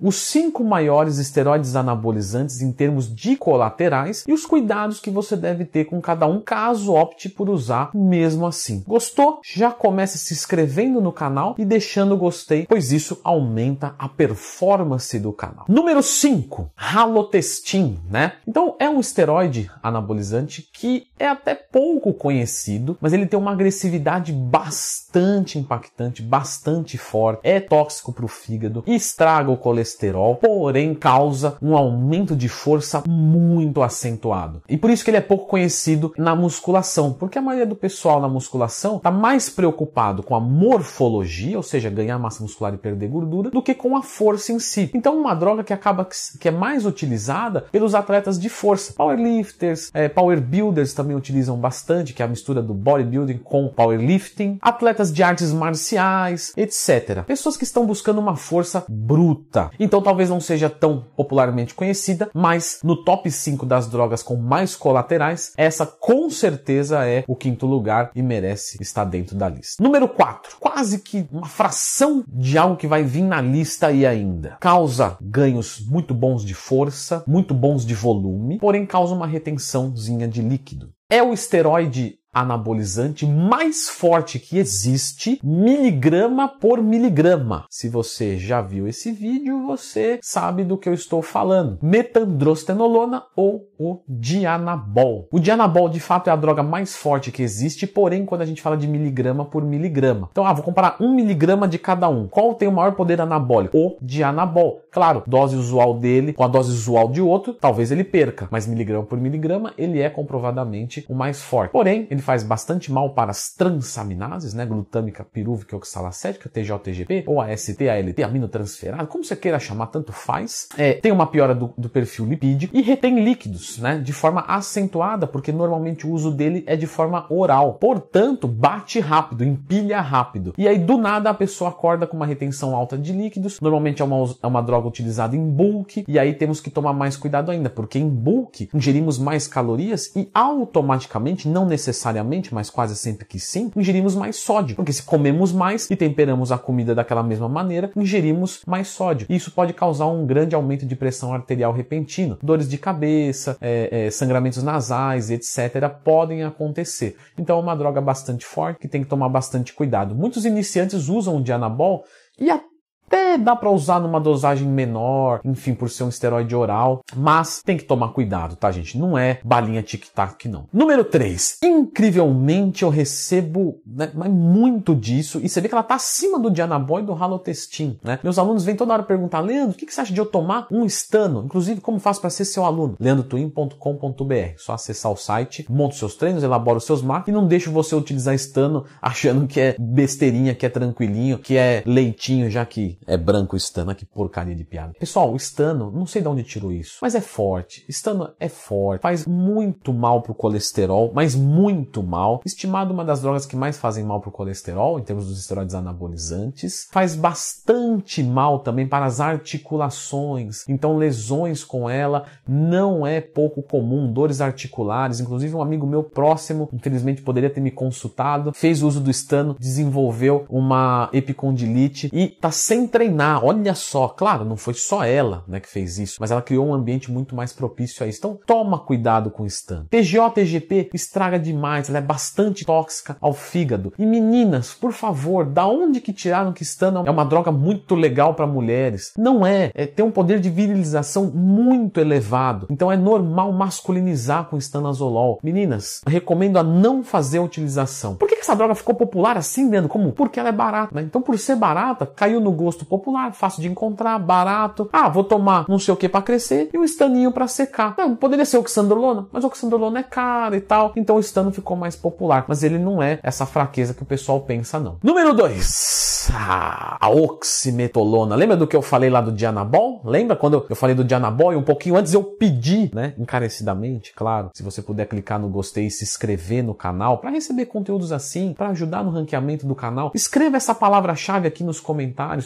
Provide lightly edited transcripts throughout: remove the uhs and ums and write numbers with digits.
os 5 maiores esteroides anabolizantes em termos de colaterais e os cuidados que você deve ter com cada um caso opte por usar mesmo assim. Gostou? Já comece se inscrevendo no canal e deixando o gostei, pois isso aumenta a performance do canal. Número 5, Halotestin, né? Então é um esteroide anabolizante que é até pouco conhecido, mas ele tem uma agressividade bastante impactante, bastante forte, é tóxico para o fígado, estraga o colesterol, porém causa um aumento de força muito acentuado. E por isso que ele é pouco conhecido na musculação, porque a maioria do pessoal na musculação está mais preocupado com a morfologia, ou seja, ganhar massa muscular e perder gordura, do que com a força em si. Então uma droga que é mais utilizada pelos atletas de força, powerlifters, power builders também utilizam bastante, que é a mistura do bodybuilding com powerlifting, atletas de artes marciais, etc. Pessoas que estão buscando uma força bruta. Então talvez não seja tão popularmente conhecida, mas no top 5 das drogas com mais colaterais, essa com certeza é o 5º lugar e merece estar dentro da lista. Número 4, quase que uma fração de algo que vai vir na lista aí ainda. Causa ganhos muito bons de força, muito bons de volume, porém causa uma retençãozinha de líquido. É o esteroide anabolizante mais forte que existe, miligrama por miligrama. Se você já viu esse vídeo, você sabe do que eu estou falando. Metandrostenolona ou o Dianabol. O Dianabol, de fato, é a droga mais forte que existe, porém, quando a gente fala de miligrama por miligrama. Então, vou comparar 1 miligrama de cada um. Qual tem o maior poder anabólico? O Dianabol. Claro, dose usual dele com a dose usual de outro, talvez ele perca, mas miligrama por miligrama, ele é comprovadamente o mais forte. Porém, ele faz bastante mal para as transaminases, né? Glutâmica, pirúvica, oxalacética, TGO-TGP, ou AST, ALT, aminotransferase, como você queira chamar, tanto faz. Tem uma piora do perfil lipídico e retém líquidos, né? De forma acentuada, porque normalmente o uso dele é de forma oral. Portanto, bate rápido, empilha rápido. E aí, do nada, a pessoa acorda com uma retenção alta de líquidos. Normalmente é uma droga utilizada em bulk, e aí temos que tomar mais cuidado ainda, porque em bulk ingerimos mais calorias e automaticamente, não necessariamente, mas quase sempre que sim, ingerimos mais sódio. Porque se comemos mais e temperamos a comida daquela mesma maneira, ingerimos mais sódio. E isso pode causar um grande aumento de pressão arterial repentino. Dores de cabeça, sangramentos nasais, etc. podem acontecer. Então é uma droga bastante forte que tem que tomar bastante cuidado. Muitos iniciantes usam o Dianabol e até dá para usar numa dosagem menor, enfim, por ser um esteroide oral, mas tem que tomar cuidado, tá, gente? Não é balinha tic-tac, não. Número 3. Incrivelmente eu recebo, né, muito disso, e você vê que ela tá acima do Dianabol e do Halotestin, né? Meus alunos vêm toda hora perguntar: Leandro, o que você acha de eu tomar um estano? Inclusive, como faço para ser seu aluno? leandrotwin.com.br. Só acessar o site, monta os seus treinos, elabora os seus mapas e não deixa você utilizar estano achando que é besteirinha, que é tranquilinho, que é leitinho, já que é branco o estano. Que porcaria de piada. Pessoal, o estano, não sei de onde tirou isso, mas é forte. Estano é forte, faz muito mal pro colesterol, mas muito mal. Estimado uma das drogas que mais fazem mal pro colesterol, em termos dos esteroides anabolizantes. Faz bastante mal também para as articulações. Então, lesões com ela não é pouco comum. Dores articulares. Inclusive, um amigo meu próximo, infelizmente poderia ter me consultado, fez uso do estano, desenvolveu uma epicondilite e tá sem treinar. Olha só, claro, não foi só ela, né, que fez isso, mas ela criou um ambiente muito mais propício a isso. Então, toma cuidado com o estano. TGO-TGP estraga demais, ela é bastante tóxica ao fígado. E meninas, por favor, da onde que tiraram que estano é uma droga muito legal para mulheres? Não é, tem um poder de virilização muito elevado. Então é normal masculinizar com estanozolol. Meninas, recomendo a não fazer a utilização. Por que essa droga ficou popular assim, Leandro? Como? Porque ela é barata, né? Então, por ser barata, caiu no gosto popular, fácil de encontrar, barato. Vou tomar não sei o que para crescer e um estaninho para secar. Não, poderia ser oxandrolona, mas oxandrolona é caro e tal. Então o estano ficou mais popular, mas ele não é essa fraqueza que o pessoal pensa, não. Número 2. A oximetolona. Lembra do que eu falei lá do Dianabol? Lembra quando eu falei do Dianabol e um pouquinho antes eu pedi, né, encarecidamente, claro, se você puder clicar no gostei e se inscrever no canal para receber conteúdos assim, para ajudar no ranqueamento do canal, escreva essa palavra-chave aqui nos comentários. Mas o número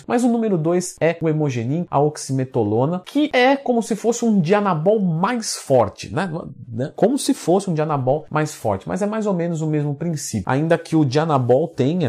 número 2 é o Hemogenin, a oximetolona, que é como se fosse um dianabol mais forte, né? Como se fosse um dianabol mais forte, mas é mais ou menos o mesmo princípio, ainda que o dianabol tenha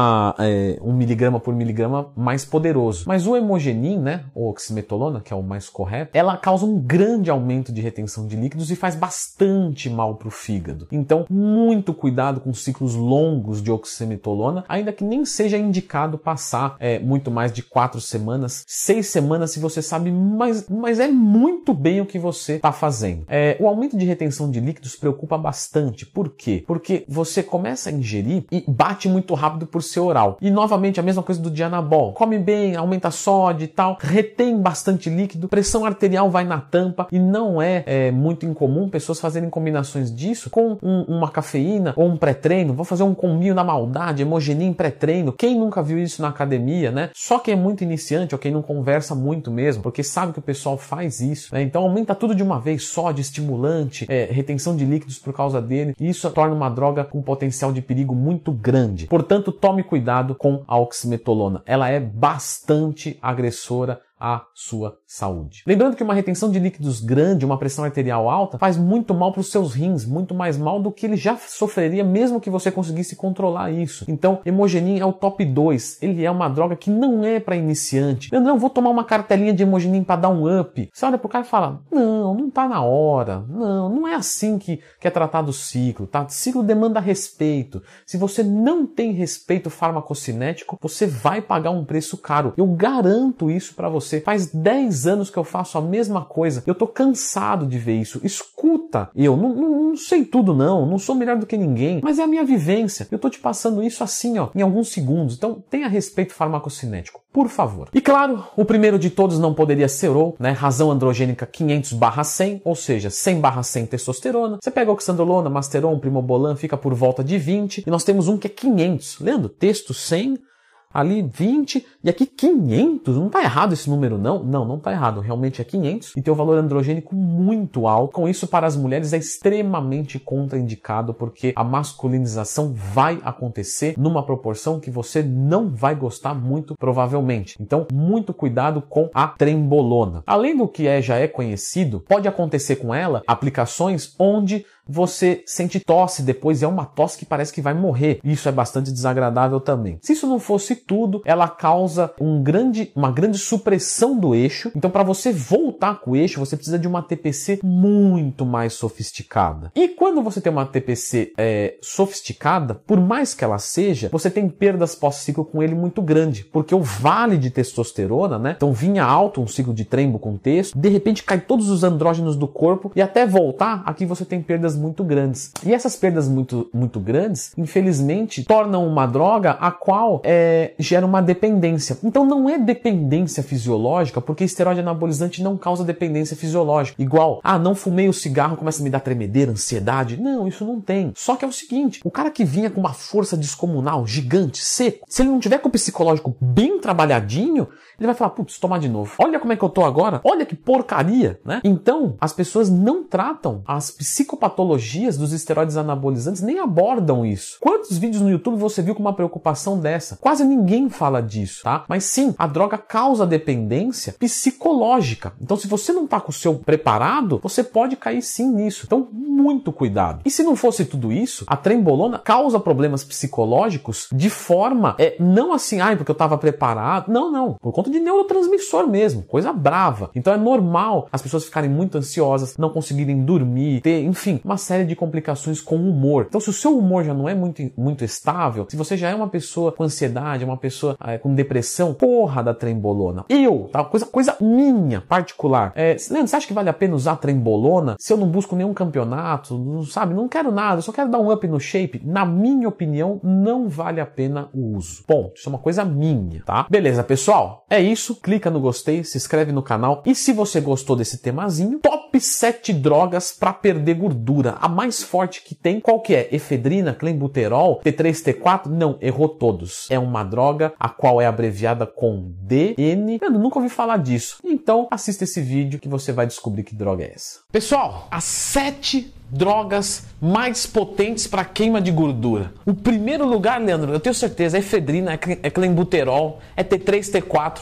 um miligrama por miligrama mais poderoso. Mas o Hemogenin, né, ou oximetolona, que é o mais correto, ela causa um grande aumento de retenção de líquidos e faz bastante mal para o fígado. Então, muito cuidado com ciclos longos de oximetolona, ainda que nem seja indicado passar muito mais de 4 semanas, 6 semanas, se você sabe, mas é muito bem o que você está fazendo. O aumento de retenção de líquidos preocupa bastante. Por quê? Porque você começa a ingerir e bate muito rápido por ser oral. E novamente a mesma coisa do dianabol. Come bem, aumenta a sódio e tal, retém bastante líquido, pressão arterial vai na tampa e não é muito incomum pessoas fazerem combinações disso com uma cafeína ou um pré-treino. Vou fazer um combinho na maldade, Hemogenin pré-treino. Quem nunca viu isso na academia, né? Só quem é muito iniciante ou quem não conversa muito mesmo, porque sabe que o pessoal faz isso, né? Então aumenta tudo de uma vez, sódio, estimulante, retenção de líquidos por causa dele, e isso torna uma droga com potencial de perigo muito grande. Portanto, tome cuidado com a oximetolona. Ela é bastante agressora à sua saúde. Lembrando que uma retenção de líquidos grande, uma pressão arterial alta, faz muito mal para os seus rins, muito mais mal do que ele já sofreria mesmo que você conseguisse controlar isso. Então, Hemogenin é o top 2. Ele é uma droga que não é para iniciante. Eu não vou tomar uma cartelinha de Hemogenin para dar um up. Você olha pro cara e fala, não tá na hora. Não é assim que é tratado o ciclo, tá? Ciclo demanda respeito. Se você não tem respeito farmacocinético, você vai pagar um preço caro. Eu garanto isso para você. Faz 10 anos que eu faço a mesma coisa. Eu tô cansado de ver isso. Escuta, eu não sei tudo não sou melhor do que ninguém, mas é a minha vivência. Eu tô te passando isso assim, ó, em alguns segundos. Então, tenha respeito farmacocinético, por favor. E claro, o primeiro de todos não poderia ser o, né? Razão androgênica 500/100, ou seja, 100/100 testosterona. Você pega oxandrolona, masteron, primobolan, fica por volta de 20, e nós temos um que é 500. Lendo, texto 100, ali 20, e aqui 500, não tá errado esse número não? Não tá errado, realmente é 500, e tem um valor androgênico muito alto. Com isso, para as mulheres é extremamente contraindicado, porque a masculinização vai acontecer numa proporção que você não vai gostar muito, provavelmente. Então, muito cuidado com a trembolona. Além do que já é conhecido, pode acontecer com ela aplicações onde você sente tosse depois, é uma tosse que parece que vai morrer. Isso é bastante desagradável também. Se isso não fosse tudo, ela causa uma grande supressão do eixo. Então, para você voltar com o eixo, você precisa de uma TPC muito mais sofisticada. E quando você tem uma TPC sofisticada, por mais que ela seja, você tem perdas pós-ciclo com ele muito grande, porque o vale de testosterona, né? Então vinha alto um ciclo de trembo com testo, de repente cai todos os andrógenos do corpo e até voltar, aqui você tem perdas muito grandes. E essas perdas muito grandes, infelizmente, tornam uma droga a qual gera uma dependência. Então não é dependência fisiológica, porque esteroide anabolizante não causa dependência fisiológica. Igual, não fumei o cigarro, começa a me dar tremedeira, ansiedade. Não, isso não tem. Só que é o seguinte, o cara que vinha com uma força descomunal, gigante, seco, se ele não tiver com o psicológico bem trabalhadinho, ele vai falar, putz, tomar de novo. Olha como é que eu tô agora. Olha que porcaria, né? Então, as pessoas não tratam as psicopatologias dos esteroides anabolizantes, nem abordam isso. Quantos vídeos no YouTube você viu com uma preocupação dessa? Quase ninguém fala disso, tá? Mas sim, a droga causa dependência psicológica. Então, se você não tá com o seu preparado, você pode cair sim nisso. Então, muito cuidado. E se não fosse tudo isso, a trembolona causa problemas psicológicos de forma, não assim, porque eu tava preparado. Não. Por conta de neurotransmissor mesmo, coisa brava. Então é normal as pessoas ficarem muito ansiosas, não conseguirem dormir, ter, enfim, uma série de complicações com o humor. Então se o seu humor já não é muito estável, se você já é uma pessoa com ansiedade, uma pessoa com depressão, porra da trembolona. Tá? Coisa minha, particular. Leandro, você acha que vale a pena usar trembolona se eu não busco nenhum campeonato, não quero nada, eu só quero dar um up no shape? Na minha opinião, não vale a pena o uso. Ponto. Isso é uma coisa minha, tá? Beleza, pessoal? É isso. Clica no gostei, se inscreve no canal. E se você gostou desse temazinho, top 7 drogas para perder gordura. A mais forte que tem, qual que é? Efedrina, clenbuterol, T3, T4? Não, errou todos. É uma droga a qual é abreviada com DN. Eu nunca ouvi falar disso. Então, assista esse vídeo que você vai descobrir que droga é essa. Pessoal, as 7 drogas mais potentes para queima de gordura. O primeiro lugar, Leandro, eu tenho certeza, é efedrina, é clenbuterol, é T3, T4.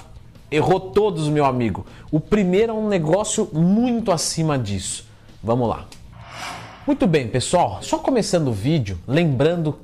Errou todos, meu amigo. O primeiro é um negócio muito acima disso. Vamos lá. Muito bem, pessoal, só começando o vídeo, lembrando